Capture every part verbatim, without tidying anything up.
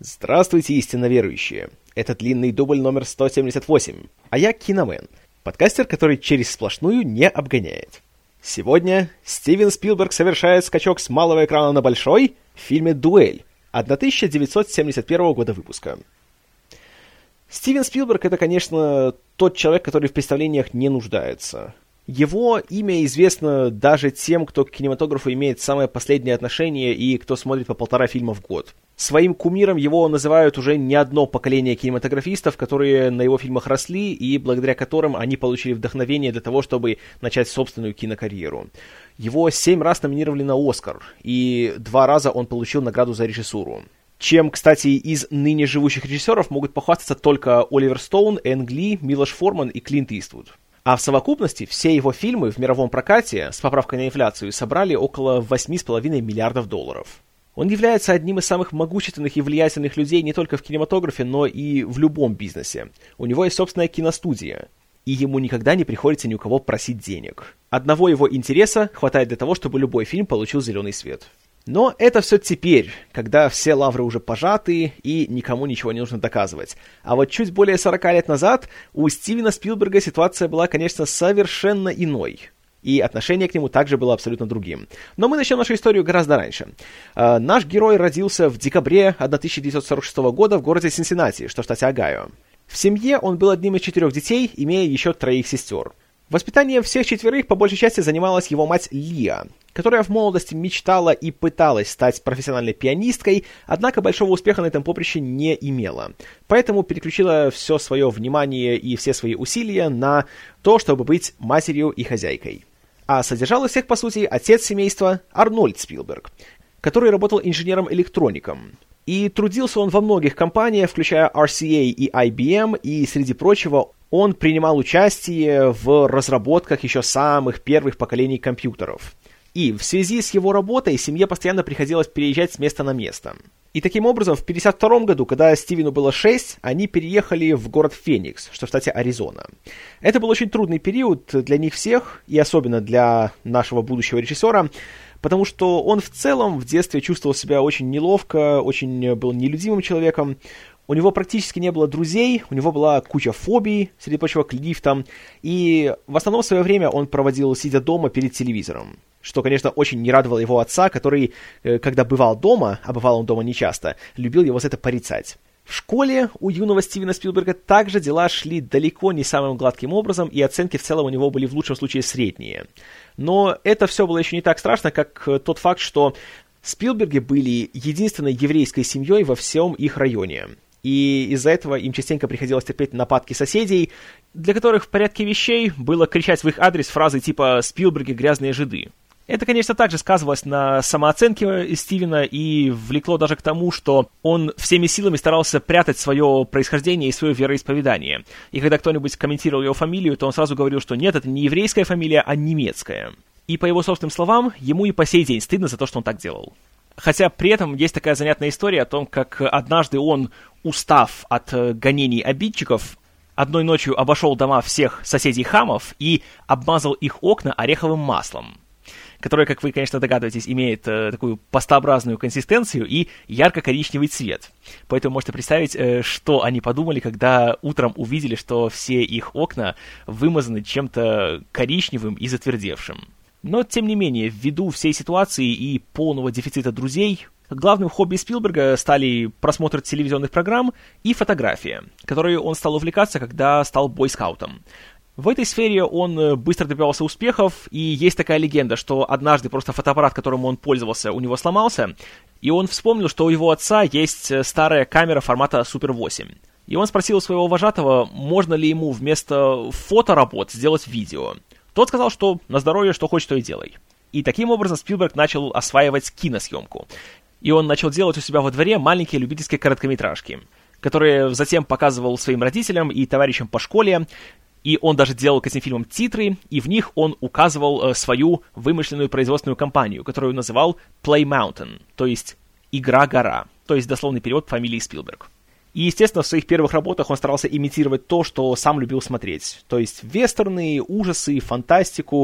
Здравствуйте, истинно верующие! Это длинный дубль номер сто семьдесят восемь, а я Киномен, подкастер, который через сплошную не обгоняет. Сегодня Стивен Спилберг совершает скачок с малого экрана на большой в фильме «Дуэль» тысяча девятьсот семьдесят первого года выпуска. Стивен Спилберг — это, конечно, тот человек, который в представлениях не нуждается. Его имя известно даже тем, кто к кинематографу имеет самое последнее отношение и кто смотрит по полтора фильма в год. Своим кумиром его называют уже не одно поколение кинематографистов, которые на его фильмах росли и благодаря которым они получили вдохновение для того, чтобы начать собственную кинокарьеру. Его семь раз номинировали на «Оскар», и два раза он получил награду за режиссуру. Чем, кстати, из ныне живущих режиссеров могут похвастаться только Оливер Стоун, Энг Ли, Милош Форман и Клинт Иствуд. А в совокупности все его фильмы в мировом прокате, с поправкой на инфляцию, собрали около восемь с половиной миллиардов долларов. Он является одним из самых могущественных и влиятельных людей не только в кинематографе, но и в любом бизнесе. У него есть собственная киностудия, и ему никогда не приходится ни у кого просить денег. Одного его интереса хватает для того, чтобы любой фильм получил зеленый свет. Но это все теперь, когда все лавры уже пожаты и никому ничего не нужно доказывать. А вот чуть более сорока лет назад у Стивена Спилберга ситуация была, конечно, совершенно иной. И отношение к нему также было абсолютно другим. Но мы начнем нашу историю гораздо раньше. Э, наш герой родился в декабре тысяча девятьсот сорок шестого года в городе Синсиннати, что в штате Огайо. В семье он был одним из четырех детей, имея еще троих сестер. Воспитанием всех четверых по большей части занималась его мать Лиа, которая в молодости мечтала и пыталась стать профессиональной пианисткой, однако большого успеха на этом поприще не имела. Поэтому переключила все свое внимание и все свои усилия на то, чтобы быть матерью и хозяйкой. А содержал их всех, по сути, отец семейства Арнольд Спилберг, который работал инженером-электроником. И трудился он во многих компаниях, включая ар си эй и ай би эм, и, среди прочего, он принимал участие в разработках еще самых первых поколений компьютеров. И в связи с его работой семье постоянно приходилось переезжать с места на место. И таким образом, в пятьдесят втором году, когда Стивену было шесть, они переехали в город Феникс, что в штате Аризона. Это был очень трудный период для них всех, и особенно для нашего будущего режиссера, потому что он в целом в детстве чувствовал себя очень неловко, очень был нелюдимым человеком. У него практически не было друзей, у него была куча фобий, среди прочего, к лифтам, и в основном свое время он проводил, сидя дома перед телевизором. Что, конечно, очень не радовало его отца, который, когда бывал дома, а бывал он дома нечасто, любил его за это порицать. В школе у юного Стивена Спилберга также дела шли далеко не самым гладким образом, и оценки в целом у него были в лучшем случае средние. Но это все было еще не так страшно, как тот факт, что Спилберги были единственной еврейской семьей во всем их районе. И из-за этого им частенько приходилось терпеть нападки соседей, для которых в порядке вещей было кричать в их адрес фразы типа «Спилберги – грязные жиды». Это, конечно, также сказывалось на самооценке Стивена и влекло даже к тому, что он всеми силами старался прятать свое происхождение и свое вероисповедание. И когда кто-нибудь комментировал его фамилию, то он сразу говорил, что нет, это не еврейская фамилия, а немецкая. И по его собственным словам, ему и по сей день стыдно за то, что он так делал. Хотя при этом есть такая занятная история о том, как однажды он, устав от гонений обидчиков, одной ночью обошел дома всех соседей-хамов и обмазал их окна ореховым маслом, которое, как вы, конечно, догадываетесь, имеет э, такую пастообразную консистенцию и ярко-коричневый цвет. Поэтому можете представить, э, что они подумали, когда утром увидели, что все их окна вымазаны чем-то коричневым и затвердевшим. Но, тем не менее, ввиду всей ситуации и полного дефицита друзей, главным хобби Спилберга стали просмотр телевизионных программ и фотография, которой он стал увлекаться, когда стал бойскаутом. В этой сфере он быстро добивался успехов, и есть такая легенда, что однажды просто фотоаппарат, которым он пользовался, у него сломался, и он вспомнил, что у его отца есть старая камера формата Супер восемь. И он спросил у своего вожатого, можно ли ему вместо фоторабот сделать видео. Тот сказал, что на здоровье, что хочешь, то и делай. И таким образом Спилберг начал осваивать киносъемку. И он начал делать у себя во дворе маленькие любительские короткометражки, которые затем показывал своим родителям и товарищам по школе. И он даже делал к этим фильмам титры, и в них он указывал э, свою вымышленную производственную компанию, которую называл Play Mountain, то есть «Игра-гора», то есть дословный перевод фамилии Спилберг. И, естественно, в своих первых работах он старался имитировать то, что сам любил смотреть. То есть вестерны, ужасы, фантастику.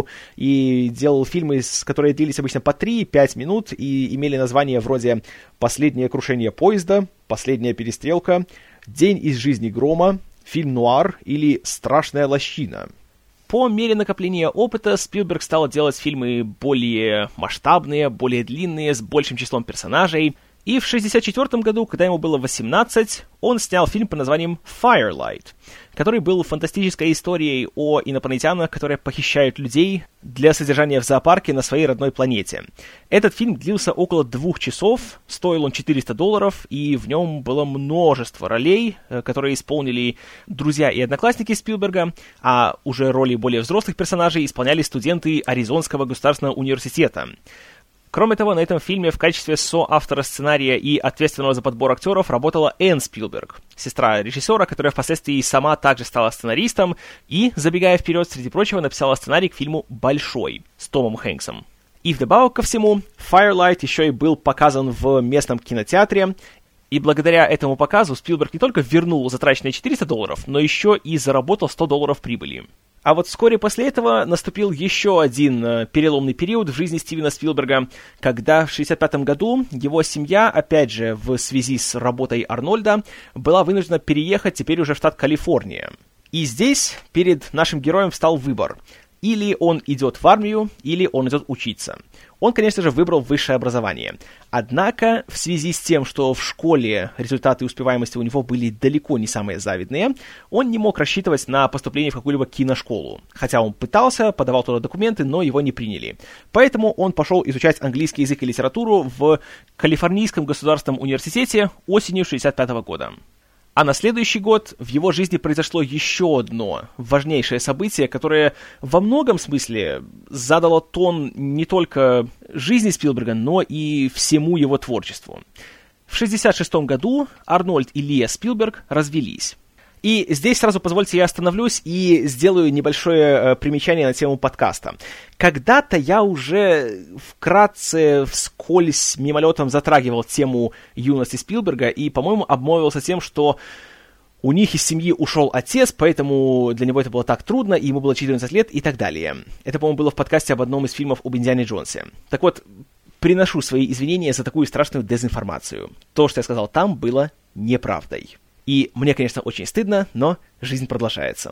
И делал фильмы, которые длились обычно по три-пять минут и имели названия вроде «Последнее крушение поезда», «Последняя перестрелка», «День из жизни Грома», «Фильм нуар» или «Страшная лощина». По мере накопления опыта Спилберг стал делать фильмы более масштабные, более длинные, с большим числом персонажей. И в шестьдесят четвёртом году, когда ему было восемнадцать, он снял фильм под названием «Firelight», который был фантастической историей о инопланетянах, которые похищают людей для содержания в зоопарке на своей родной планете. Этот фильм длился около двух часов, стоил он четыреста долларов, и в нем было множество ролей, которые исполнили друзья и одноклассники Спилберга, а уже роли более взрослых персонажей исполняли студенты Аризонского государственного университета. Кроме того, на этом фильме в качестве соавтора сценария и ответственного за подбор актеров работала Энн Спилберг, сестра режиссера, которая впоследствии сама также стала сценаристом и, забегая вперед, среди прочего, написала сценарий к фильму «Большой» с Томом Хэнксом. И вдобавок ко всему, Firelight еще и был показан в местном кинотеатре, и благодаря этому показу Спилберг не только вернул затраченные четыреста долларов, но еще и заработал сто долларов прибыли. А вот вскоре после этого наступил еще один э, переломный период в жизни Стивена Спилберга, когда в шестьдесят пятом году его семья, опять же, в связи с работой Арнольда, была вынуждена переехать теперь уже в штат Калифорния. И здесь перед нашим героем встал выбор. Или он идет в армию, или он идет учиться. Он, конечно же, выбрал высшее образование. Однако, в связи с тем, что в школе результаты успеваемости у него были далеко не самые завидные, он не мог рассчитывать на поступление в какую-либо киношколу. Хотя он пытался, подавал туда документы, но его не приняли. Поэтому он пошел изучать английский язык и литературу в Калифорнийском государственном университете осенью шестьдесят пятого года. А на следующий год в его жизни произошло еще одно важнейшее событие, которое во многом смысле задало тон не только жизни Спилберга, но и всему его творчеству. В шестьдесят шестом году Арнольд и Лия Спилберг развелись. И здесь сразу позвольте я остановлюсь и сделаю небольшое э, примечание на тему подкаста. Когда-то я уже вкратце, вскользь, мимолетом затрагивал тему юности Спилберга и, по-моему, обмолвился тем, что у них из семьи ушел отец, поэтому для него это было так трудно, и ему было четырнадцать лет и так далее. Это, по-моему, было в подкасте об одном из фильмов об Индиане Джонсе. Так вот, приношу свои извинения за такую страшную дезинформацию. То, что я сказал там, было неправдой. И мне, конечно, очень стыдно, но жизнь продолжается.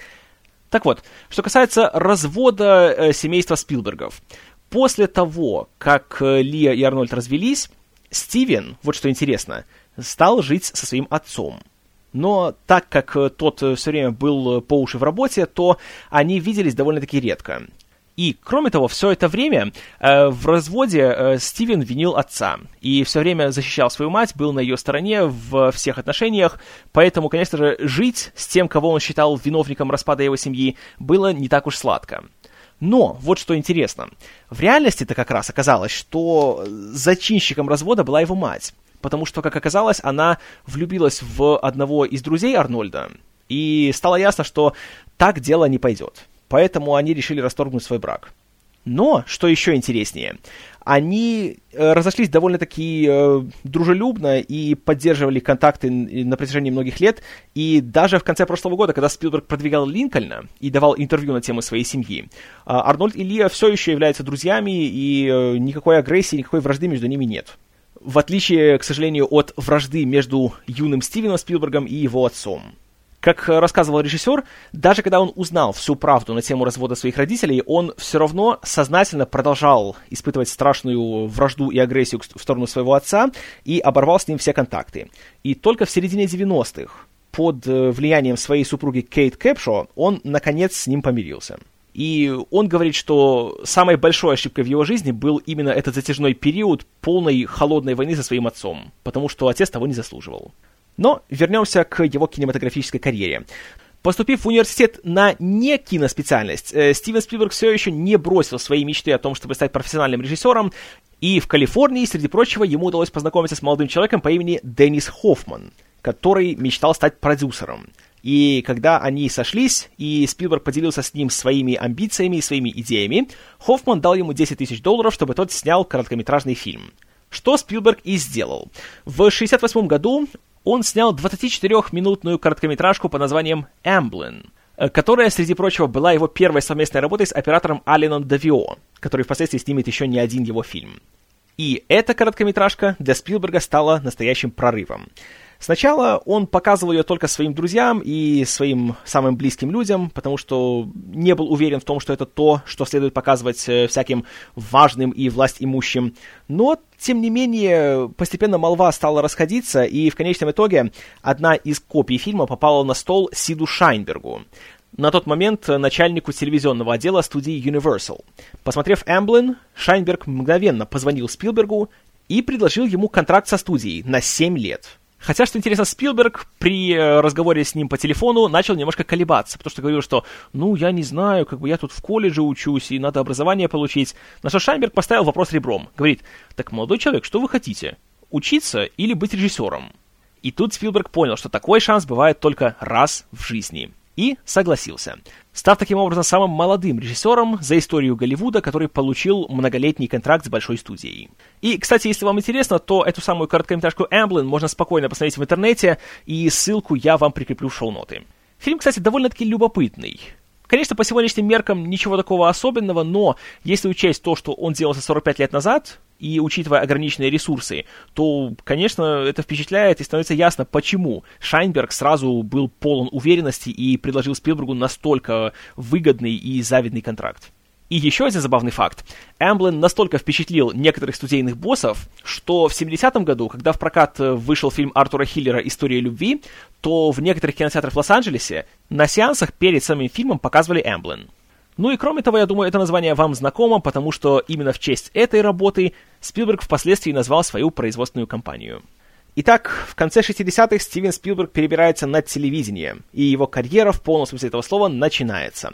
Так вот, что касается развода э, семейства Спилбергов. После того, как э, Лия и Арнольд развелись, Стивен, вот что интересно, стал жить со своим отцом. Но так как э, тот э, все время был по уши в работе, то они виделись довольно-таки редко. И, кроме того, все это время э, в разводе э, Стивен винил отца. И все время защищал свою мать, был на ее стороне в всех отношениях. Поэтому, конечно же, жить с тем, кого он считал виновником распада его семьи, было не так уж сладко. Но, вот что интересно. В реальности-то как раз оказалось, что зачинщиком развода была его мать. Потому что, как оказалось, она влюбилась в одного из друзей Арнольда. И стало ясно, что так дело не пойдет. Поэтому они решили расторгнуть свой брак. Но, что еще интереснее, они э, разошлись довольно-таки э, дружелюбно и поддерживали контакты на протяжении многих лет. И даже в конце прошлого года, когда Спилберг продвигал Линкольна и давал интервью на тему своей семьи, э, Арнольд и Лия все еще являются друзьями, и э, никакой агрессии, никакой вражды между ними нет. В отличие, к сожалению, от вражды между юным Стивеном Спилбергом и его отцом. Как рассказывал режиссер, даже когда он узнал всю правду на тему развода своих родителей, он все равно сознательно продолжал испытывать страшную вражду и агрессию в сторону своего отца и оборвал с ним все контакты. И только в середине девяностых, под влиянием своей супруги Кейт Кэпшо, он, наконец, с ним помирился. И он говорит, что самой большой ошибкой в его жизни был именно этот затяжной период полной холодной войны со своим отцом, потому что отец того не заслуживал. Но вернемся к его кинематографической карьере. Поступив в университет на не киноспециальность, Стивен Спилберг все еще не бросил свои мечты о том, чтобы стать профессиональным режиссером, и в Калифорнии, среди прочего, ему удалось познакомиться с молодым человеком по имени Деннис Хоффман, который мечтал стать продюсером. И когда они сошлись, и Спилберг поделился с ним своими амбициями и своими идеями, Хоффман дал ему десять тысяч долларов, чтобы тот снял короткометражный фильм. Что Спилберг и сделал. В шестьдесят восьмом году он снял двадцатичетырёхминутную короткометражку под названием «Amblin», которая, среди прочего, была его первой совместной работой с оператором Алленом Давио, который впоследствии снимет еще не один его фильм. И эта короткометражка для Спилберга стала настоящим прорывом. Сначала он показывал ее только своим друзьям и своим самым близким людям, потому что не был уверен в том, что это то, что следует показывать всяким важным и властимущим. Но, тем не менее, постепенно молва стала расходиться, и в конечном итоге одна из копий фильма попала на стол Сиду Шайнбергу, на тот момент начальнику телевизионного отдела студии Universal. Посмотрев «Amblin», Шайнберг мгновенно позвонил Спилбергу и предложил ему контракт со студией на семь лет. Хотя, что интересно, Спилберг при разговоре с ним по телефону начал немножко колебаться, потому что говорил, что, ну, я не знаю, как бы я тут в колледже учусь, и надо образование получить. На что Шайнберг поставил вопрос ребром. Говорит, так, молодой человек, что вы хотите? Учиться или быть режиссером? И тут Спилберг понял, что такой шанс бывает только раз в жизни. И согласился, став таким образом самым молодым режиссером за историю Голливуда, который получил многолетний контракт с большой студией. И, кстати, если вам интересно, то эту самую короткометражку «Amblin» можно спокойно посмотреть в интернете, и ссылку я вам прикреплю в шоу-ноты. Фильм, кстати, довольно-таки любопытный. Конечно, по сегодняшним меркам ничего такого особенного, но если учесть то, что он делался сорок пять лет назад, и учитывая ограниченные ресурсы, то, конечно, это впечатляет, и становится ясно, почему Шайнберг сразу был полон уверенности и предложил Спилбергу настолько выгодный и завидный контракт. И еще один забавный факт. «Amblin» настолько впечатлил некоторых студийных боссов, что в семидесятом году, когда в прокат вышел фильм Артура Хиллера «История любви», то в некоторых кинотеатрах в Лос-Анджелесе на сеансах перед самим фильмом показывали «Amblin». Ну и кроме того, я думаю, это название вам знакомо, потому что именно в честь этой работы Спилберг впоследствии назвал свою производственную компанию. Итак, в конце шестидесятых Стивен Спилберг перебирается на телевидение, и его карьера в полном смысле этого слова начинается.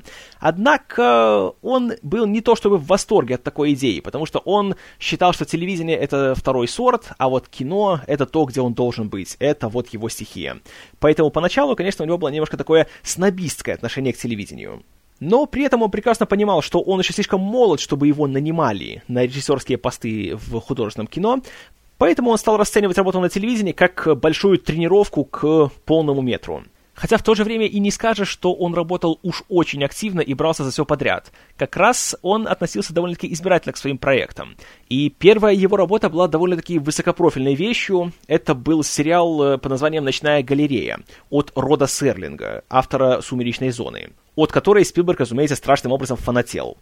Однако он был не то чтобы в восторге от такой идеи, потому что он считал, что телевидение — это второй сорт, а вот кино — это то, где он должен быть, это вот его стихия. Поэтому поначалу, конечно, у него было немножко такое снобистское отношение к телевидению. Но при этом он прекрасно понимал, что он еще слишком молод, чтобы его нанимали на режиссерские посты в художественном кино, поэтому он стал расценивать работу на телевидении как большую тренировку к полному метру. Хотя в то же время и не скажешь, что он работал уж очень активно и брался за все подряд. Как раз он относился довольно-таки избирательно к своим проектам. И первая его работа была довольно-таки высокопрофильной вещью. Это был сериал под названием «Ночная галерея» от Рода Серлинга, автора «Сумеречной зоны», от которой Спилберг, разумеется, страшным образом фанател.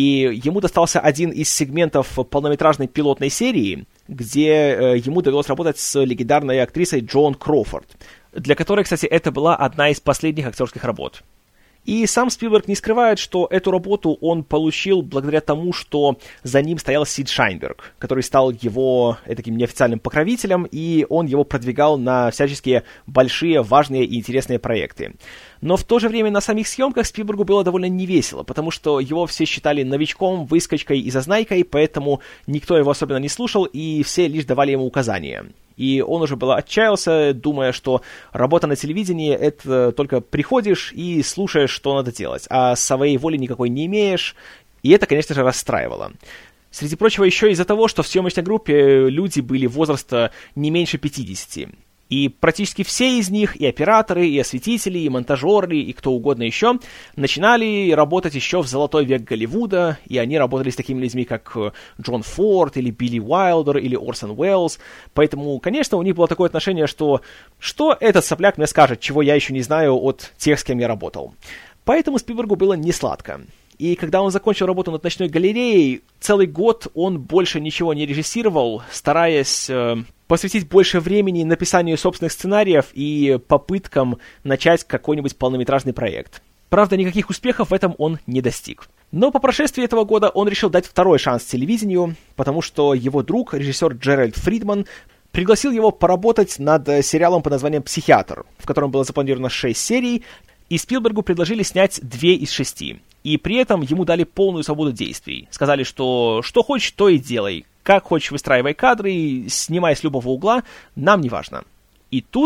И ему достался один из сегментов полнометражной пилотной серии, где э, ему довелось работать с легендарной актрисой Джоан Кроуфорд, для которой, кстати, это была одна из последних актерских работ. И сам Спилберг не скрывает, что эту работу он получил благодаря тому, что за ним стоял Сид Шайнберг, который стал его таким неофициальным покровителем, и он его продвигал на всяческие большие, важные и интересные проекты. Но в то же время на самих съемках Спилбергу было довольно невесело, потому что его все считали новичком, выскочкой и зазнайкой, поэтому никто его особенно не слушал, и все лишь давали ему указания. И он уже было отчаялся, думая, что работа на телевидении — это только приходишь и слушаешь, что надо делать, а своей воли никакой не имеешь, и это, конечно же, расстраивало. Среди прочего, еще из-за того, что в съемочной группе люди были возраста не меньше пятидесяти. И практически все из них, и операторы, и осветители, и монтажеры, и кто угодно еще, начинали работать еще в золотой век Голливуда, и они работали с такими людьми, как Джон Форд, или Билли Уайлдер, или Орсон Уэллс. Поэтому, конечно, у них было такое отношение, что «что этот сопляк мне скажет, чего я еще не знаю от тех, с кем я работал?». Поэтому Спилбергу было несладко. И когда он закончил работу над «Ночной галереей», целый год он больше ничего не режиссировал, стараясь э, посвятить больше времени написанию собственных сценариев и попыткам начать какой-нибудь полнометражный проект. Правда, никаких успехов в этом он не достиг. Но по прошествии этого года он решил дать второй шанс телевидению, потому что его друг, режиссер Джеральд Фридман, пригласил его поработать над сериалом под названием «Психиатр», в котором было запланировано шесть серий, и Спилбергу предложили снять две из шести. И при этом ему дали полную свободу действий. Сказали, что что хочешь, то и делай. Как хочешь, выстраивай кадры, снимай с любого угла, нам не важно. И тут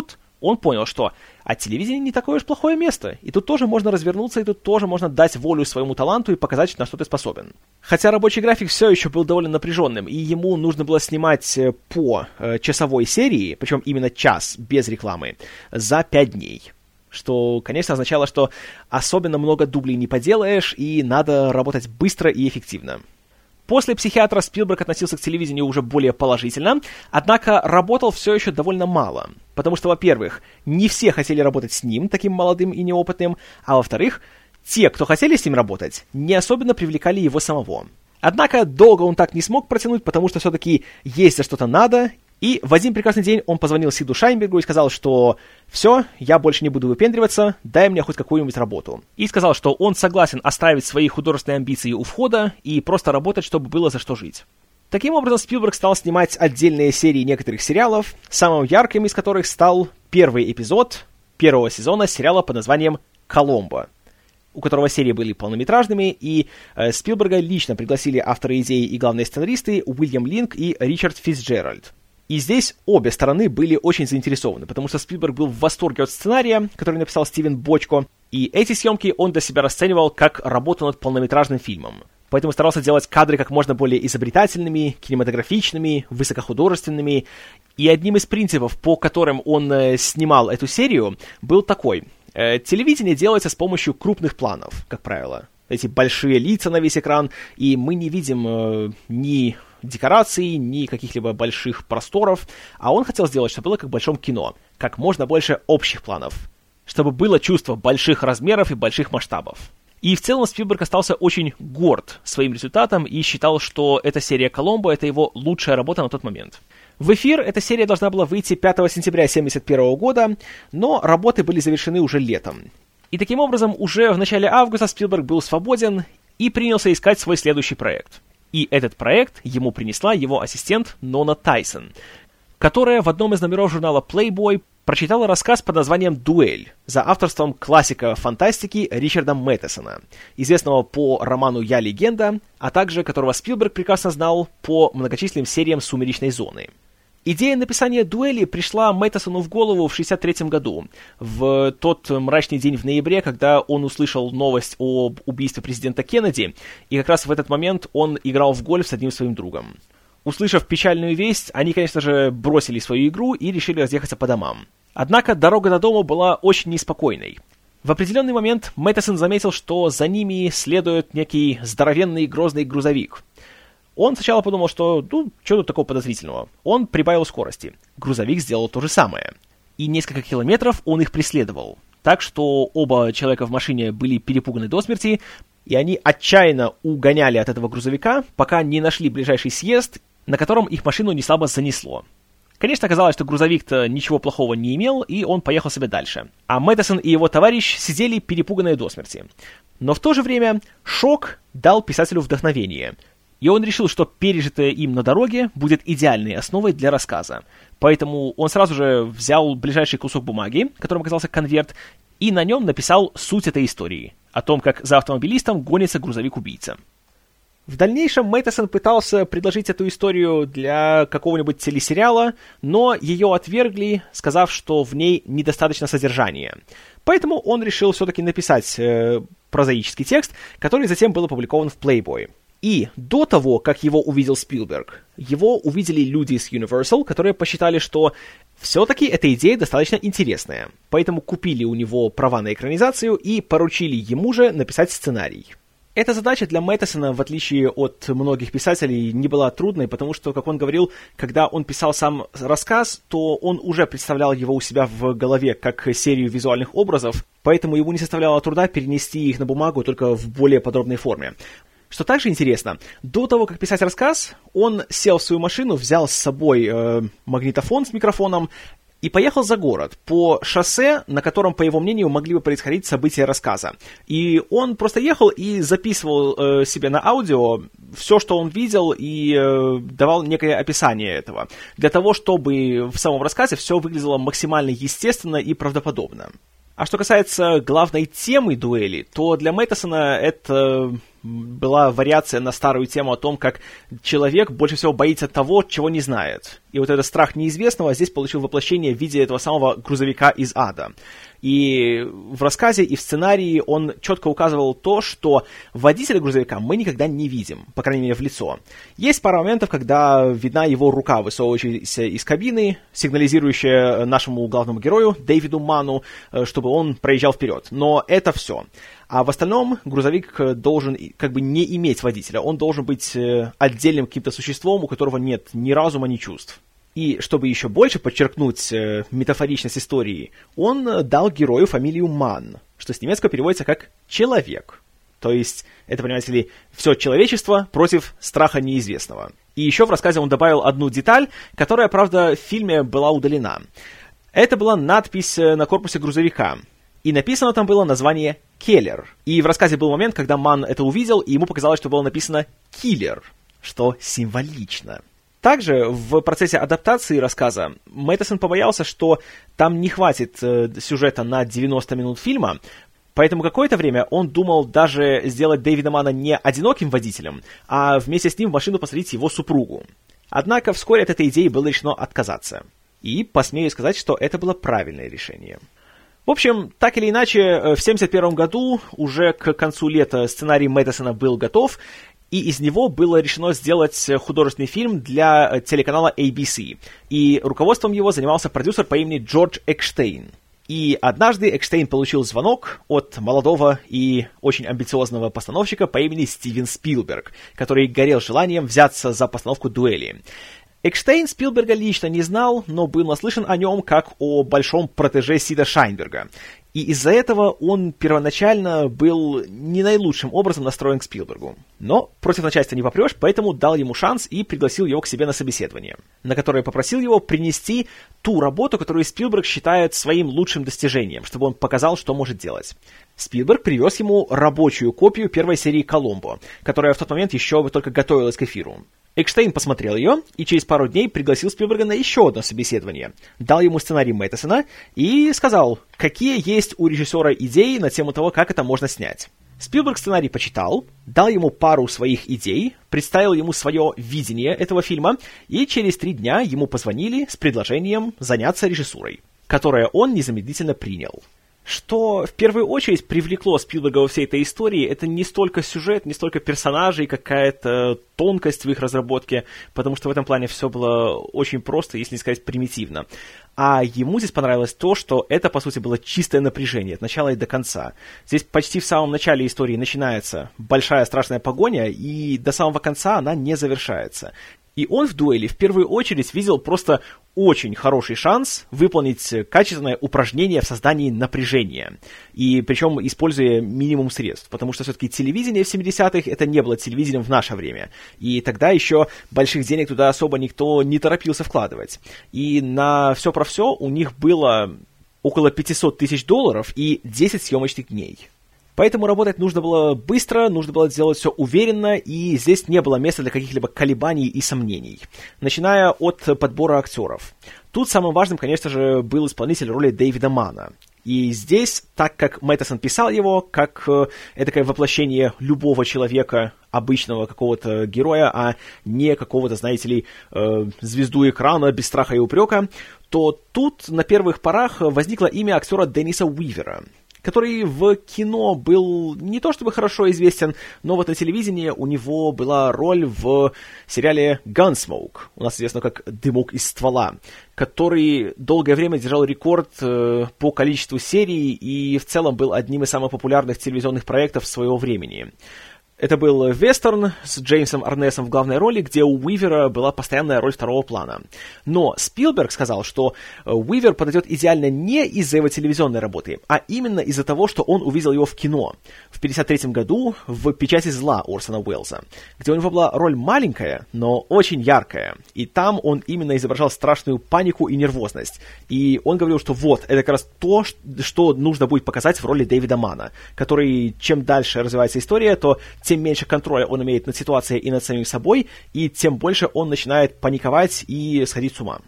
он понял, что а телевидение не такое уж плохое место, и тут тоже можно развернуться, и тут тоже можно дать волю своему таланту и показать, на что ты способен. Хотя рабочий график все еще был довольно напряженным, и ему нужно было снимать по э, часовой серии, причем именно час, без рекламы, за пять дней. Что, конечно, означало, что особенно много дублей не поделаешь, и надо работать быстро и эффективно. После «Психиатра» Спилберг относился к телевидению уже более положительно, однако работал все еще довольно мало. Потому что, во-первых, не все хотели работать с ним, таким молодым и неопытным, а во-вторых, те, кто хотели с ним работать, не особенно привлекали его самого. Однако долго он так не смог протянуть, потому что все-таки есть за что-то надо, и в один прекрасный день он позвонил Сиду Шайнбергу и сказал, что «все, я больше не буду выпендриваться, дай мне хоть какую-нибудь работу». И сказал, что он согласен оставить свои художественные амбиции у входа и просто работать, чтобы было за что жить. Таким образом, Спилберг стал снимать отдельные серии некоторых сериалов, самым ярким из которых стал первый эпизод первого сезона сериала под названием «Коломбо», у которого серии были полнометражными, и э, Спилберга лично пригласили авторы идеи и главные сценаристы Уильям Линк и Ричард Фицджеральд. И здесь обе стороны были очень заинтересованы, потому что Спилберг был в восторге от сценария, который написал Стивен Бочко, и эти съемки он для себя расценивал как работу над полнометражным фильмом. Поэтому старался делать кадры как можно более изобретательными, кинематографичными, высокохудожественными. И одним из принципов, по которым он э, снимал эту серию, был такой. Э, телевидение делается с помощью крупных планов, как правило. Эти большие лица на весь экран, и мы не видим э, ни декораций, ни каких-либо больших просторов, а он хотел сделать, чтобы было как в большом кино, как можно больше общих планов, чтобы было чувство больших размеров и больших масштабов. И в целом Спилберг остался очень горд своим результатом и считал, что эта серия «Коломбо» — это его лучшая работа на тот момент. В эфир эта серия должна была выйти пятого сентября тысяча девятьсот семьдесят первого года, но работы были завершены уже летом. И таким образом уже в начале августа Спилберг был свободен и принялся искать свой следующий проект. И этот проект ему принесла его ассистент Нона Тайсон, которая в одном из номеров журнала Playboy прочитала рассказ под названием «Дуэль» за авторством классика фантастики Ричарда Мэттесона, известного по роману «Я легенда», а также которого Спилберг прекрасно знал по многочисленным сериям «Сумеречной зоны». Идея написания «Дуэли» пришла Мэттесону в голову в шестьдесят третьем году, в тот мрачный день в ноябре, когда он услышал новость об убийстве президента Кеннеди, и как раз в этот момент он играл в гольф с одним своим другом. Услышав печальную весть, они, конечно же, бросили свою игру и решили разъехаться по домам. Однако дорога до дома была очень неспокойной. В определенный момент Мэттесон заметил, что за ними следует некий здоровенный грозный грузовик. Он сначала подумал, что, ну, что тут такого подозрительного. Он прибавил скорости. Грузовик сделал то же самое. И несколько километров он их преследовал. Так что оба человека в машине были перепуганы до смерти, и они отчаянно угоняли от этого грузовика, пока не нашли ближайший съезд, на котором их машину неслабо занесло. Конечно, оказалось, что грузовик-то ничего плохого не имел, и он поехал себе дальше. А Мэттесон и его товарищ сидели перепуганные до смерти. Но в то же время шок дал писателю вдохновение – и он решил, что пережитое им на дороге будет идеальной основой для рассказа. Поэтому он сразу же взял ближайший кусок бумаги, которым оказался конверт, и на нем написал суть этой истории. О том, как за автомобилистом гонится грузовик-убийца. В дальнейшем Мэттесон пытался предложить эту историю для какого-нибудь телесериала, но ее отвергли, сказав, что в ней недостаточно содержания. Поэтому он решил все-таки написать э, прозаический текст, который затем был опубликован в Playboy. И до того, как его увидел Спилберг, его увидели люди с Universal, которые посчитали, что все-таки эта идея достаточно интересная. Поэтому купили у него права на экранизацию и поручили ему же написать сценарий. Эта задача для Мэттесона, в отличие от многих писателей, не была трудной, потому что, как он говорил, когда он писал сам рассказ, то он уже представлял его у себя в голове как серию визуальных образов, поэтому ему не составляло труда перенести их на бумагу только в более подробной форме. Что также интересно, до того, как писать рассказ, он сел в свою машину, взял с собой э, магнитофон с микрофоном и поехал за город по шоссе, на котором, по его мнению, могли бы происходить события рассказа. И он просто ехал и записывал э, себе на аудио все, что он видел, и э, давал некое описание этого, для того, чтобы в самом рассказе все выглядело максимально естественно и правдоподобно. А что касается главной темы дуэли, то для Мэттесона это была вариация на старую тему о том, как человек больше всего боится того, чего не знает. И вот этот страх неизвестного здесь получил воплощение в виде этого самого грузовика из ада. И в рассказе, и в сценарии он четко указывал то, что водителя грузовика мы никогда не видим, по крайней мере, в лицо. Есть пара моментов, когда видна его рука, высовывающаяся из кабины, сигнализирующая нашему главному герою, Дэвиду Ману, чтобы он проезжал вперед. Но это все. А в остальном грузовик должен как бы не иметь водителя. Он должен быть отдельным каким-то существом, у которого нет ни разума, ни чувств. И чтобы еще больше подчеркнуть э, метафоричность истории, он дал герою фамилию Ман, что с немецкого переводится как «человек». То есть, это, понимаете ли, все человечество против страха неизвестного. И еще в рассказе он добавил одну деталь, которая, правда, в фильме была удалена. Это была надпись на корпусе грузовика. И написано там было название «Келлер». И в рассказе был момент, когда Ман это увидел, и ему показалось, что было написано «Киллер», что символично. Также в процессе адаптации рассказа Мэттесон побоялся, что там не хватит э, сюжета на девяносто минут фильма, поэтому какое-то время он думал даже сделать Дэвида Мана не одиноким водителем, а вместе с ним в машину посадить его супругу. Однако вскоре от этой идеи было решено отказаться. И посмею сказать, что это было правильное решение. В общем, так или иначе, в семьдесят первом году, уже к концу лета, сценарий Мэттесона был готов, и из него было решено сделать художественный фильм для телеканала эй би си. И руководством его занимался продюсер по имени Джордж Экштейн. И однажды Экштейн получил звонок от молодого и очень амбициозного постановщика по имени Стивен Спилберг, который горел желанием взяться за постановку «Дуэли». Экштейн Спилберга лично не знал, но был наслышан о нем как о большом протеже Сида Шайнберга. И из-за этого он первоначально был не наилучшим образом настроен к Спилбергу. Но против начальства не попрешь, поэтому дал ему шанс и пригласил его к себе на собеседование, на которое попросил его принести ту работу, которую Спилберг считает своим лучшим достижением, чтобы он показал, что может делать. Спилберг привез ему рабочую копию первой серии «Коломбо», которая в тот момент еще только готовилась к эфиру. Экштейн посмотрел ее и через пару дней пригласил Спилберга на еще одно собеседование, дал ему сценарий Мэттесона и сказал, какие есть у режиссера идеи на тему того, как это можно снять. Спилберг сценарий почитал, дал ему пару своих идей, представил ему свое видение этого фильма, и через три дня ему позвонили с предложением заняться режиссурой, которое он незамедлительно принял. Что в первую очередь привлекло Спилберга во всей этой истории, это не столько сюжет, не столько персонажи, какая-то тонкость в их разработке, потому что в этом плане все было очень просто, если не сказать примитивно. А ему здесь понравилось то, что это, по сути, было чистое напряжение от начала и до конца. Здесь почти в самом начале истории начинается большая страшная погоня, и до самого конца она не завершается. И он в «Дуэли» в первую очередь видел просто очень хороший шанс выполнить качественное упражнение в создании напряжения. И причем используя минимум средств, потому что все-таки телевидение в семидесятых это не было телевидением в наше время. И тогда еще больших денег туда особо никто не торопился вкладывать. И на все про все у них было около пятьсот тысяч долларов и десять съемочных дней. Поэтому работать нужно было быстро, нужно было делать все уверенно, и здесь не было места для каких-либо колебаний и сомнений. Начиная от подбора актеров. Тут самым важным, конечно же, был исполнитель роли Дэвида Мана. И здесь, так как Мэттесон писал его, как э, эдакое воплощение любого человека, обычного какого-то героя, а не какого-то, знаете ли, э, звезду экрана без страха и упрека, то тут на первых порах возникло имя актера Денниса Уивера, который в кино был не то чтобы хорошо известен, но вот на телевидении у него была роль в сериале Gunsmoke, у нас известно как «Дымок из ствола», который долгое время держал рекорд э, по количеству серий и в целом был одним из самых популярных телевизионных проектов своего времени. Это был вестерн с Джеймсом Арнесом в главной роли, где у Уивера была постоянная роль второго плана. Но Спилберг сказал, что Уивер подойдет идеально не из-за его телевизионной работы, а именно из-за того, что он увидел его в кино в пятьдесят третьем году в «Печати зла» Орсона Уэллса, где у него была роль маленькая, но очень яркая. И там он именно изображал страшную панику и нервозность. И он говорил, что вот, это как раз то, что нужно будет показать в роли Дэвида Мана, который, чем дальше развивается история, то тем меньше контроля он имеет над ситуацией и над самим собой, и тем больше он начинает паниковать и сходить с ума.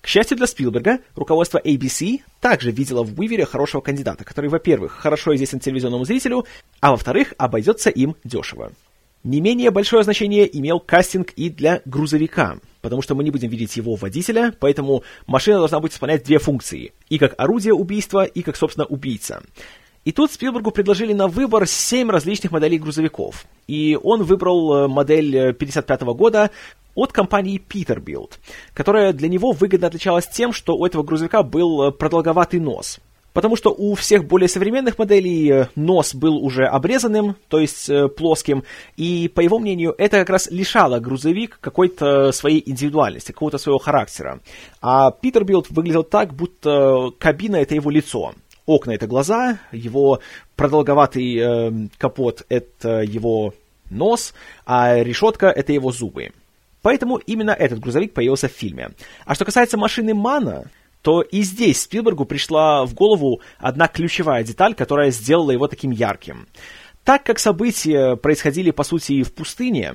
К счастью для Спилберга, руководство эй би си также видело в Уивере хорошего кандидата, который, во-первых, хорошо известен телевизионному зрителю, а во-вторых, обойдется им дешево. Не менее большое значение имел кастинг и для грузовика, потому что мы не будем видеть его водителя, поэтому машина должна будет исполнять две функции, и как орудие убийства, и как, собственно, убийца. И тут Спилбергу предложили на выбор семь различных моделей грузовиков, и он выбрал модель пятьдесят пятого года от компании Peterbilt, которая для него выгодно отличалась тем, что у этого грузовика был продолговатый нос. Потому что у всех более современных моделей нос был уже обрезанным, то есть э, плоским, и, по его мнению, это как раз лишало грузовик какой-то своей индивидуальности, какого-то своего характера. А Peterbilt выглядел так, будто кабина — это его лицо, окна — это глаза, его продолговатый э, капот — это его нос, а решетка — это его зубы. Поэтому именно этот грузовик появился в фильме. А что касается машины Мана, то и здесь Спилбергу пришла в голову одна ключевая деталь, которая сделала его таким ярким. Так как события происходили, по сути, в пустыне,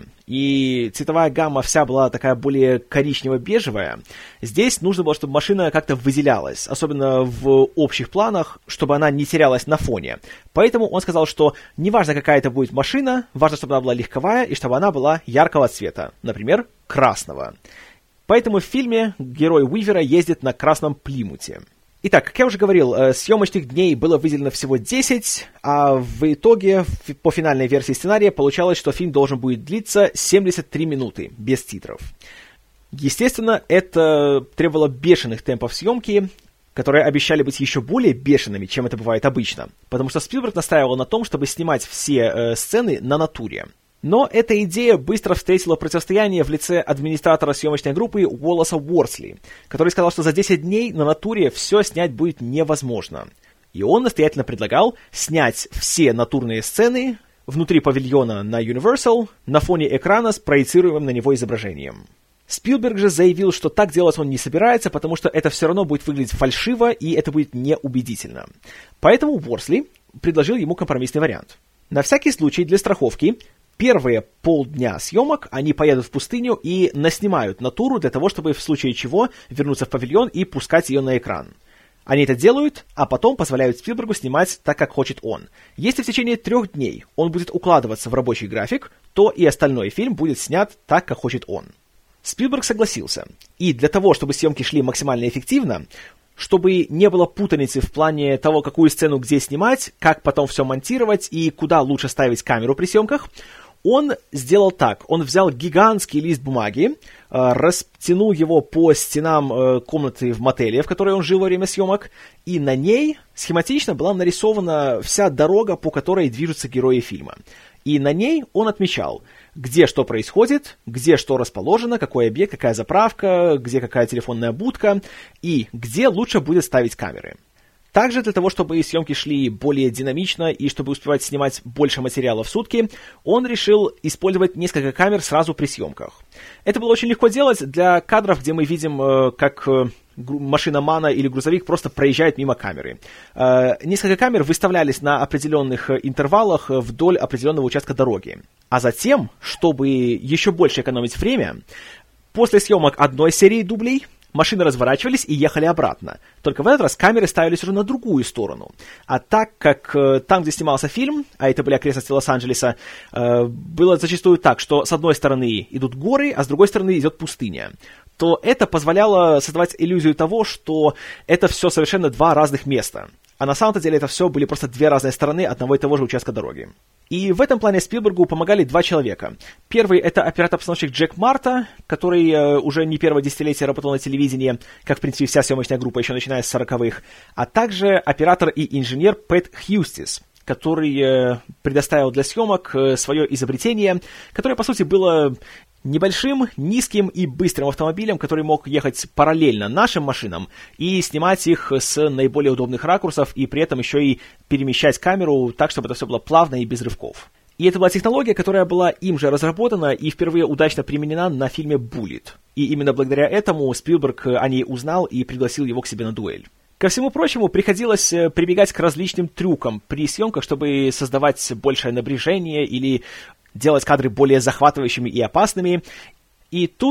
и цветовая гамма вся была такая более коричнево-бежевая, здесь нужно было, чтобы машина как-то выделялась, особенно в общих планах, чтобы она не терялась на фоне. Поэтому он сказал, что неважно, какая это будет машина, важно, чтобы она была легковая и чтобы она была яркого цвета, например, красного. Поэтому в фильме герой Уивера ездит на красном Плимуте. Итак, как я уже говорил, съемочных дней было выделено всего десять, а в итоге по финальной версии сценария получалось, что фильм должен будет длиться семьдесят три минуты, без титров. Естественно, это требовало бешеных темпов съемки, которые обещали быть еще более бешеными, чем это бывает обычно, потому что Спилберг настаивал на том, чтобы снимать все э, сцены на натуре. Но эта идея быстро встретила противостояние в лице администратора съемочной группы Уоллеса Уорсли, который сказал, что за десять дней на натуре все снять будет невозможно. И он настоятельно предлагал снять все натурные сцены внутри павильона на Universal на фоне экрана с проецируемым на него изображением. Спилберг же заявил, что так делать он не собирается, потому что это все равно будет выглядеть фальшиво и это будет неубедительно. Поэтому Уорсли предложил ему компромиссный вариант. На всякий случай, для страховки, первые полдня съемок они поедут в пустыню и наснимают натуру для того, чтобы в случае чего вернуться в павильон и пускать ее на экран. Они это делают, а потом позволяют Спилбергу снимать так, как хочет он. Если в течение трех дней он будет укладываться в рабочий график, то и остальной фильм будет снят так, как хочет он. Спилберг согласился. И для того, чтобы съемки шли максимально эффективно, чтобы не было путаницы в плане того, какую сцену где снимать, как потом все монтировать и куда лучше ставить камеру при съемках, он сделал так. Он взял гигантский лист бумаги, растянул его по стенам комнаты в мотеле, в которой он жил во время съемок, и на ней схематично была нарисована вся дорога, по которой движутся герои фильма. И на ней он отмечал, где что происходит, где что расположено, какой объект, какая заправка, где какая телефонная будка, и где лучше будет ставить камеры. Также для того, чтобы съемки шли более динамично и чтобы успевать снимать больше материала в сутки, он решил использовать несколько камер сразу при съемках. Это было очень легко делать для кадров, где мы видим, как машина Мана или грузовик просто проезжает мимо камеры. Несколько камер выставлялись на определенных интервалах вдоль определенного участка дороги. А затем, чтобы еще больше экономить время, после съемок одной серии дублей машины разворачивались и ехали обратно. Только в этот раз камеры ставились уже на другую сторону. А так как э, там, где снимался фильм, а это были окрестности Лос-Анджелеса, э, было зачастую так, что с одной стороны идут горы, а с другой стороны идет пустыня, то это позволяло создавать иллюзию того, что это все совершенно два разных места. А на самом-то деле это все были просто две разные стороны одного и того же участка дороги. И в этом плане Спилбергу помогали два человека. Первый — это оператор-постановщик Джек Марта, который э, уже не первое десятилетие работал на телевидении, как, в принципе, вся съемочная группа, еще начиная с сороковых, а также оператор и инженер Пэт Хьюстис, который э, предоставил для съемок э, свое изобретение, которое, по сути, было небольшим, низким и быстрым автомобилем, который мог ехать параллельно нашим машинам и снимать их с наиболее удобных ракурсов, и при этом еще и перемещать камеру так, чтобы это все было плавно и без рывков. И это была технология, которая была им же разработана и впервые удачно применена на фильме «Буллит». И именно благодаря этому Спилберг о ней узнал и пригласил его к себе на дуэль. Ко всему прочему, приходилось прибегать к различным трюкам при съемках, чтобы создавать большее напряжение или делать кадры более захватывающими и опасными. И тут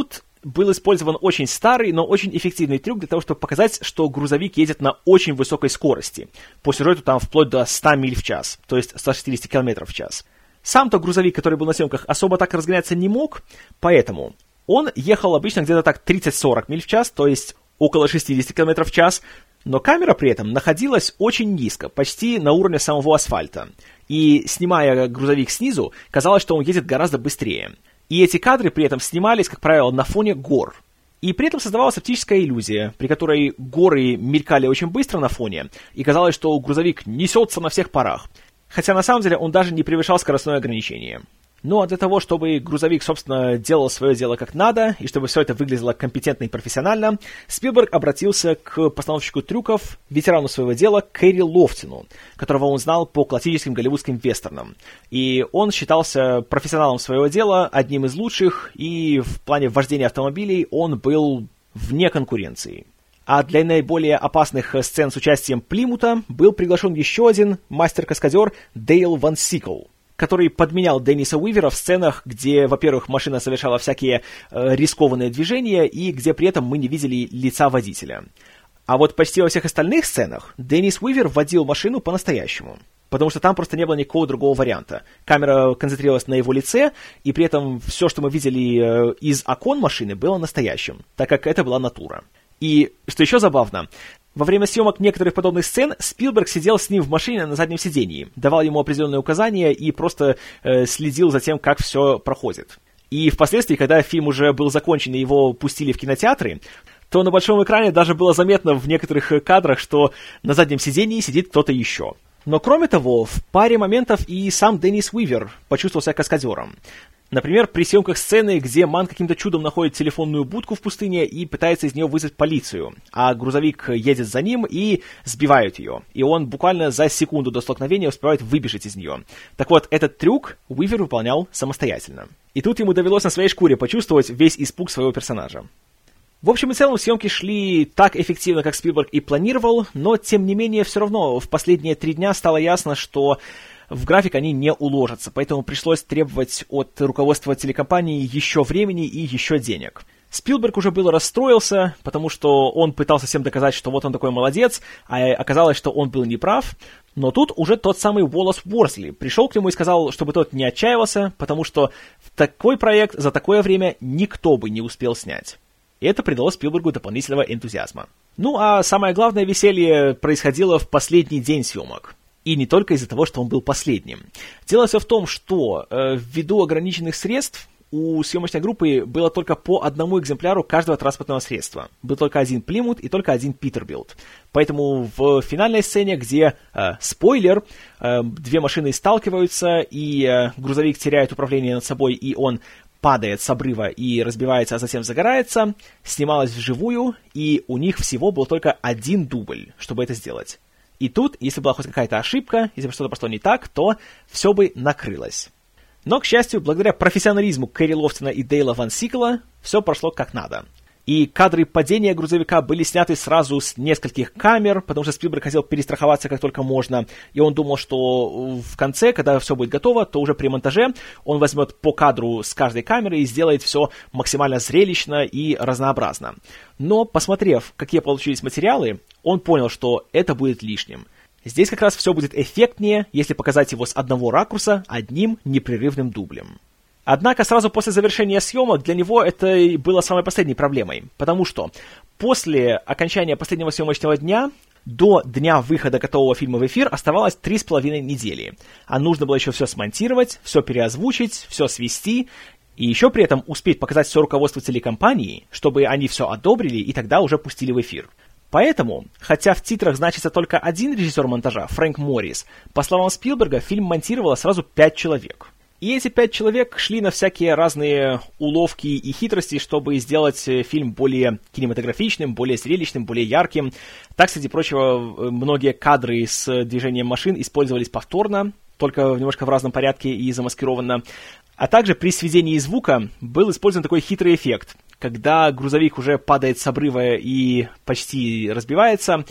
был использован очень старый, но очень эффективный трюк для того, чтобы показать, что грузовик едет на очень высокой скорости. По сюжету там вплоть до ста миль в час, то есть ста шестидесяти километров в час. Сам-то грузовик, который был на съемках, особо так разгоняться не мог, поэтому он ехал обычно где-то так тридцать-сорок миль в час, то есть около шестидесяти километров в час, но камера при этом находилась очень низко, почти на уровне самого асфальта. И, снимая грузовик снизу, казалось, что он едет гораздо быстрее. И эти кадры при этом снимались, как правило, на фоне гор. И при этом создавалась оптическая иллюзия, при которой горы мелькали очень быстро на фоне, и казалось, что грузовик несется на всех парах. Хотя на самом деле он даже не превышал скоростное ограничение. Ну а для того, чтобы грузовик, собственно, делал свое дело как надо, и чтобы все это выглядело компетентно и профессионально, Спилберг обратился к постановщику трюков, ветерану своего дела, Кэрри Лофтину, которого он знал по классическим голливудским вестернам. И он считался профессионалом своего дела, одним из лучших, и в плане вождения автомобилей он был вне конкуренции. А для наиболее опасных сцен с участием Плимута был приглашен еще один мастер-каскадер Дейл Ван Сикл, который подменял Денниса Уивера в сценах, где, во-первых, машина совершала всякие э, рискованные движения, и где при этом мы не видели лица водителя. А вот почти во всех остальных сценах Деннис Уивер водил машину по-настоящему, потому что там просто не было никакого другого варианта. Камера концентрировалась на его лице, и при этом все, что мы видели э, из окон машины, было настоящим, так как это была натура. И, что еще забавно, во время съемок некоторых подобных сцен Спилберг сидел с ним в машине на заднем сидении, давал ему определенные указания и просто э, следил за тем, как все проходит. И впоследствии, когда фильм уже был закончен и его пустили в кинотеатры, то на большом экране даже было заметно в некоторых кадрах, что на заднем сидении сидит кто-то еще. Но кроме того, в паре моментов и сам Деннис Уивер почувствовал себя каскадером. Например, при съемках сцены, где Ман каким-то чудом находит телефонную будку в пустыне и пытается из нее вызвать полицию, а грузовик едет за ним и сбивает ее, и он буквально за секунду до столкновения успевает выбежать из нее. Так вот, этот трюк Уивер выполнял самостоятельно. И тут ему довелось на своей шкуре почувствовать весь испуг своего персонажа. В общем и целом, съемки шли так эффективно, как Спилберг и планировал, но, тем не менее, все равно в последние три дня стало ясно, что в график они не уложатся, поэтому пришлось требовать от руководства телекомпании еще времени и еще денег. Спилберг уже было расстроился, потому что он пытался всем доказать, что вот он такой молодец, а оказалось, что он был неправ. Но тут уже тот самый Уоллес Уорсли пришел к нему и сказал, чтобы тот не отчаивался, потому что такой проект за такое время никто бы не успел снять. И это придало Спилбергу дополнительного энтузиазма. Ну а самое главное веселье происходило в последний день съемок. И не только из-за того, что он был последним. Дело все в том, что э, ввиду ограниченных средств у съемочной группы было только по одному экземпляру каждого транспортного средства. Был только один Плимут и только один Питербилт. Поэтому в финальной сцене, где, э, спойлер, э, две машины сталкиваются, и э, грузовик теряет управление над собой, и он падает с обрыва и разбивается, а затем загорается, снималось вживую, и у них всего был только один дубль, чтобы это сделать. И тут, если была хоть какая-то ошибка, если бы что-то пошло не так, то все бы накрылось. Но, к счастью, благодаря профессионализму Кэрри Лофтина и Дейла Ван Сикла, все прошло как надо. И кадры падения грузовика были сняты сразу с нескольких камер, потому что Спилберг хотел перестраховаться как только можно, и он думал, что в конце, когда все будет готово, то уже при монтаже он возьмет по кадру с каждой камеры и сделает все максимально зрелищно и разнообразно. Но, посмотрев, какие получились материалы, он понял, что это будет лишним. Здесь как раз все будет эффектнее, если показать его с одного ракурса одним непрерывным дублем. Однако сразу после завершения съемок для него это было самой последней проблемой, потому что после окончания последнего съемочного дня до дня выхода готового фильма в эфир оставалось три с половиной недели, а нужно было еще все смонтировать, все переозвучить, все свести, и еще при этом успеть показать все руководству телекомпании, чтобы они все одобрили и тогда уже пустили в эфир. Поэтому, хотя в титрах значится только один режиссер монтажа, Фрэнк Моррис, по словам Спилберга, фильм монтировало сразу пять человек. И эти пять человек шли на всякие разные уловки и хитрости, чтобы сделать фильм более кинематографичным, более зрелищным, более ярким. Так, среди прочего, многие кадры с движением машин использовались повторно, только немножко в разном порядке и замаскированно. А также при сведении звука был использован такой хитрый эффект. Когда грузовик уже падает с обрыва и почти разбивается,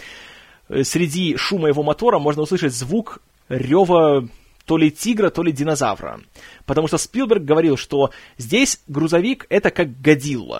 среди шума его мотора можно услышать звук рева то ли тигра, то ли динозавра. Потому что Спилберг говорил, что здесь грузовик — это как Годзилла.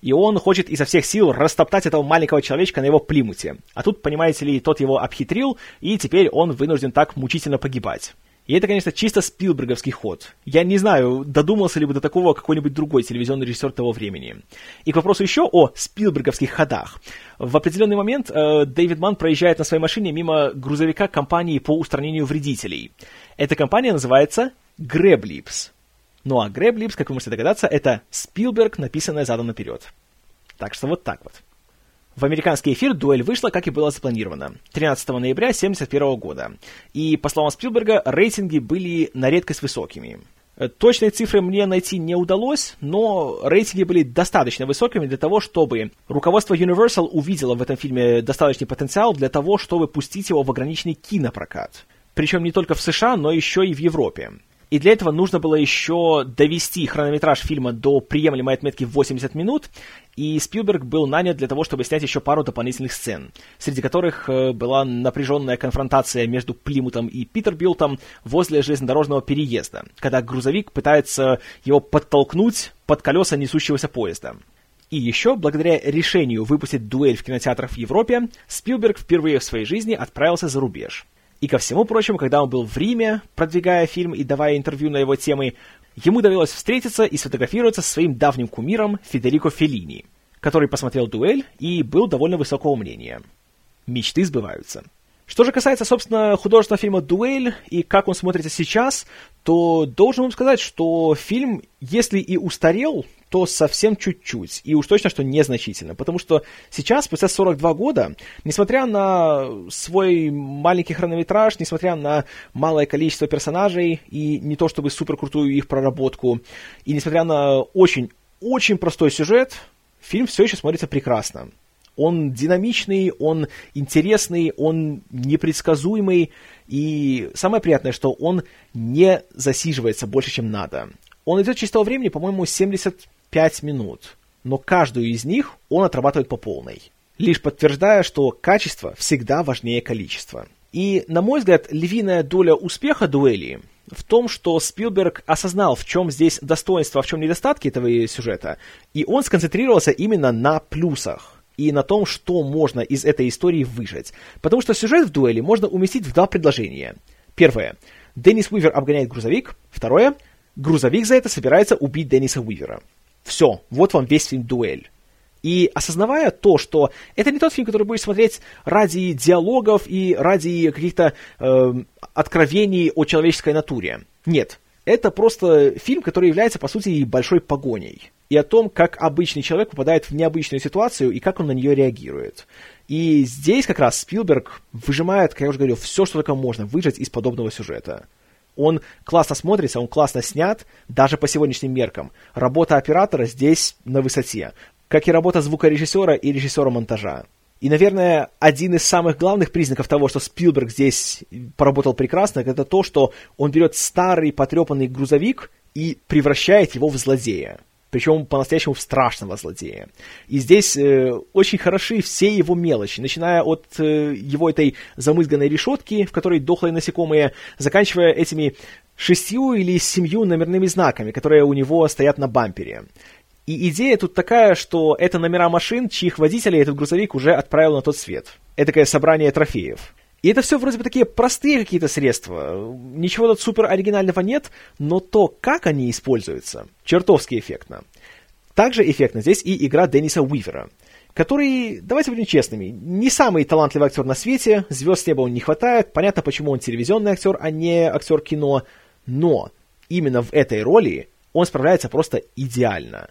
И он хочет изо всех сил растоптать этого маленького человечка на его плимуте. А тут, понимаете ли, тот его обхитрил, и теперь он вынужден так мучительно погибать. И это, конечно, чисто спилберговский ход. Я не знаю, додумался ли бы до такого какой-нибудь другой телевизионный режиссер того времени. И к вопросу еще о спилберговских ходах. В определенный момент э, Дэвид Манн проезжает на своей машине мимо грузовика компании по устранению вредителей. Эта компания называется Грэблипс. Ну а Грэблипс, как вы можете догадаться, это Спилберг, написанное задом наперед. Так что вот так вот. В американский эфир дуэль вышла, как и было запланировано, тринадцатого ноября тысяча девятьсот семьдесят первого года. И, по словам Спилберга, рейтинги были на редкость высокими. Точные цифры мне найти не удалось, но рейтинги были достаточно высокими для того, чтобы руководство Universal увидело в этом фильме достаточный потенциал для того, чтобы пустить его в ограниченный кинопрокат. Причем не только в США, но еще и в Европе. И для этого нужно было еще довести хронометраж фильма до приемлемой отметки в восемьдесят минут, и Спилберг был нанят для того, чтобы снять еще пару дополнительных сцен, среди которых была напряженная конфронтация между Плимутом и Питербилтом возле железнодорожного переезда, когда грузовик пытается его подтолкнуть под колеса несущегося поезда. И еще, благодаря решению выпустить дуэль в кинотеатрах в Европе, Спилберг впервые в своей жизни отправился за рубеж. И ко всему прочему, когда он был в Риме, продвигая фильм и давая интервью на его темы, ему довелось встретиться и сфотографироваться со своим давним кумиром Федерико Феллини, который посмотрел «Дуэль» и был довольно высокого мнения. Мечты сбываются. Что же касается, собственно, художественного фильма «Дуэль» и как он смотрится сейчас, то должен вам сказать, что фильм, если и устарел, то совсем чуть-чуть, и уж точно, что незначительно, потому что сейчас, спустя сорок два года, несмотря на свой маленький хронометраж, несмотря на малое количество персонажей и не то чтобы суперкрутую их проработку, и несмотря на очень-очень простой сюжет, фильм все еще смотрится прекрасно. Он динамичный, он интересный, он непредсказуемый, и самое приятное, что он не засиживается больше, чем надо. Он идет чистого времени, по-моему, семьдесят пять минут, но каждую из них он отрабатывает по полной, лишь подтверждая, что качество всегда важнее количества. И, на мой взгляд, львиная доля успеха «Дуэли» в том, что Спилберг осознал, в чем здесь достоинство, а в чем недостатки этого сюжета, и он сконцентрировался именно на плюсах и на том, что можно из этой истории выжать. Потому что сюжет в «Дуэли» можно уместить в два предложения. Первое. Деннис Уивер обгоняет грузовик. Второе. Грузовик за это собирается убить Денниса Уивера. Все. Вот вам весь фильм «Дуэль». И осознавая то, что это не тот фильм, который будешь смотреть ради диалогов и ради каких-то э, откровений о человеческой натуре. Нет. Это просто фильм, который является, по сути, большой погоней. И о том, как обычный человек попадает в необычную ситуацию и как он на нее реагирует. И здесь как раз Спилберг выжимает, как я уже говорил, все, что только можно выжать из подобного сюжета. Он классно смотрится, он классно снят, даже по сегодняшним меркам. Работа оператора здесь на высоте, как и работа звукорежиссера и режиссера монтажа. И, наверное, один из самых главных признаков того, что Спилберг здесь поработал прекрасно, это то, что он берет старый потрепанный грузовик и превращает его в злодея. Причем по-настоящему страшного злодея. И здесь э, очень хороши все его мелочи, начиная от э, его этой замызганной решетки, в которой дохлые насекомые, заканчивая этими шестью или семью номерными знаками, которые у него стоят на бампере. И идея тут такая, что это номера машин, чьих водителей этот грузовик уже отправил на тот свет. Этакое собрание трофеев. И это все вроде бы такие простые какие-то средства. Ничего тут супер оригинального нет, но то, как они используются, чертовски эффектно. Также эффектно здесь и игра Денниса Уивера, который, давайте будем честными, не самый талантливый актер на свете, звезд с неба он не хватает, понятно, почему он телевизионный актер, а не актер кино, но именно в этой роли он справляется просто идеально.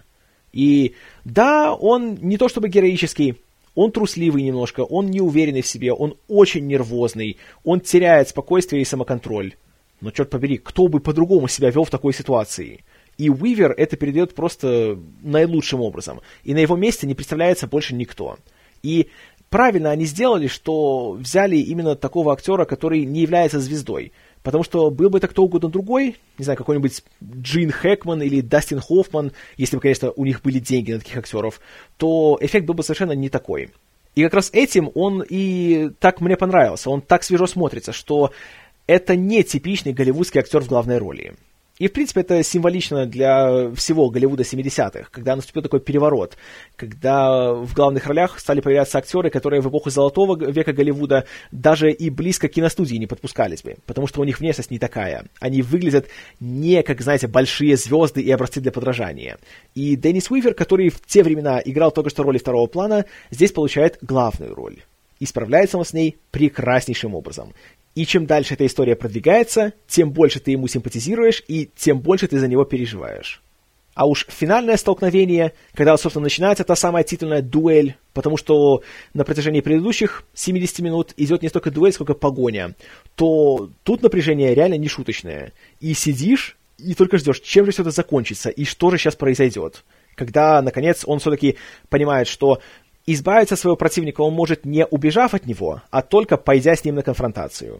И да, он не то чтобы героический, он трусливый немножко, он неуверенный в себе, он очень нервозный, он теряет спокойствие и самоконтроль. Но, черт побери, кто бы по-другому себя вел в такой ситуации? И Уивер это передает просто наилучшим образом. И на его месте не представляется больше никто. И правильно они сделали, что взяли именно такого актера, который не является звездой. Потому что был бы это кто угодно другой, не знаю, какой-нибудь Джин Хэкман или Дастин Хоффман, если бы, конечно, у них были деньги на таких актеров, то эффект был бы совершенно не такой. И как раз этим он и так мне понравился, он так свежо смотрится, что это не типичный голливудский актер в главной роли. И, в принципе, это символично для всего Голливуда семидесятых, когда наступил такой переворот, когда в главных ролях стали появляться актеры, которые в эпоху золотого века Голливуда даже и близко к киностудии не подпускались бы, потому что у них внешность не такая. Они выглядят не как, знаете, большие звезды и образцы для подражания. И Деннис Уивер, который в те времена играл только что роли второго плана, здесь получает главную роль. И справляется он с ней прекраснейшим образом. И чем дальше эта история продвигается, тем больше ты ему симпатизируешь, и тем больше ты за него переживаешь. А уж финальное столкновение, когда, собственно, начинается та самая титульная дуэль, потому что на протяжении предыдущих семидесяти минут идет не столько дуэль, сколько погоня, то тут напряжение реально не шуточное. И сидишь, и только ждешь, чем же все это закончится, и что же сейчас произойдет. Когда, наконец, он все-таки понимает, что избавиться от своего противника он может, не убежав от него, а только пойдя с ним на конфронтацию.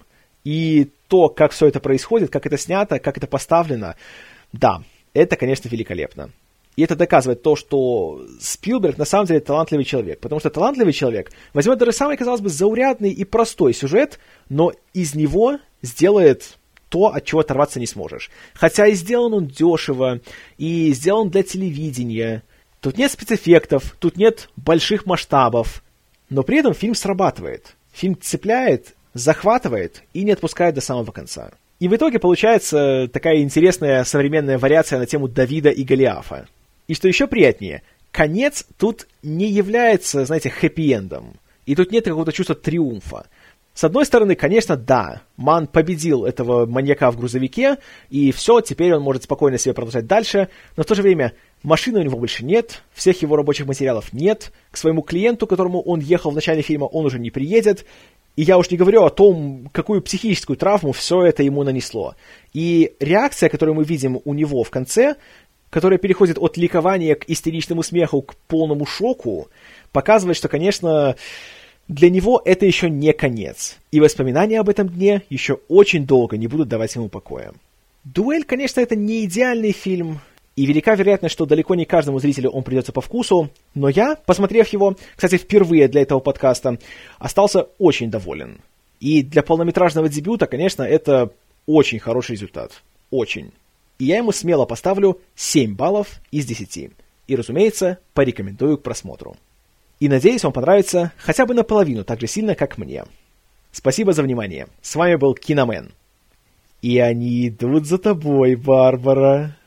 И то, как все это происходит, как это снято, как это поставлено, да, это, конечно, великолепно. И это доказывает то, что Спилберг на самом деле талантливый человек. Потому что талантливый человек возьмет даже самый, казалось бы, заурядный и простой сюжет, но из него сделает то, от чего оторваться не сможешь. Хотя и сделан он дешево, и сделан для телевидения. Тут нет спецэффектов, тут нет больших масштабов, но при этом фильм срабатывает. Фильм цепляет, захватывает и не отпускает до самого конца. И в итоге получается такая интересная современная вариация на тему Давида и Голиафа. И что еще приятнее, конец тут не является, знаете, хэппи-эндом. И тут нет какого-то чувства триумфа. С одной стороны, конечно, да, Манн победил этого маньяка в грузовике, и все, теперь он может спокойно себе продолжать дальше, но в то же время машины у него больше нет, всех его рабочих материалов нет, к своему клиенту, к которому он ехал в начале фильма, он уже не приедет, и я уж не говорю о том, какую психическую травму все это ему нанесло. И реакция, которую мы видим у него в конце, которая переходит от ликования к истеричному смеху, к полному шоку, показывает, что, конечно, для него это еще не конец, и воспоминания об этом дне еще очень долго не будут давать ему покоя. «Дуэль», конечно, это не идеальный фильм, и велика вероятность, что далеко не каждому зрителю он придется по вкусу, но я, посмотрев его, кстати, впервые для этого подкаста, остался очень доволен. И для полнометражного дебюта, конечно, это очень хороший результат. Очень. И я ему смело поставлю семь баллов из десяти. И, разумеется, порекомендую к просмотру. И надеюсь, вам понравится хотя бы наполовину так же сильно, как мне. Спасибо за внимание. С вами был Киномен. И они идут за тобой, Барбара.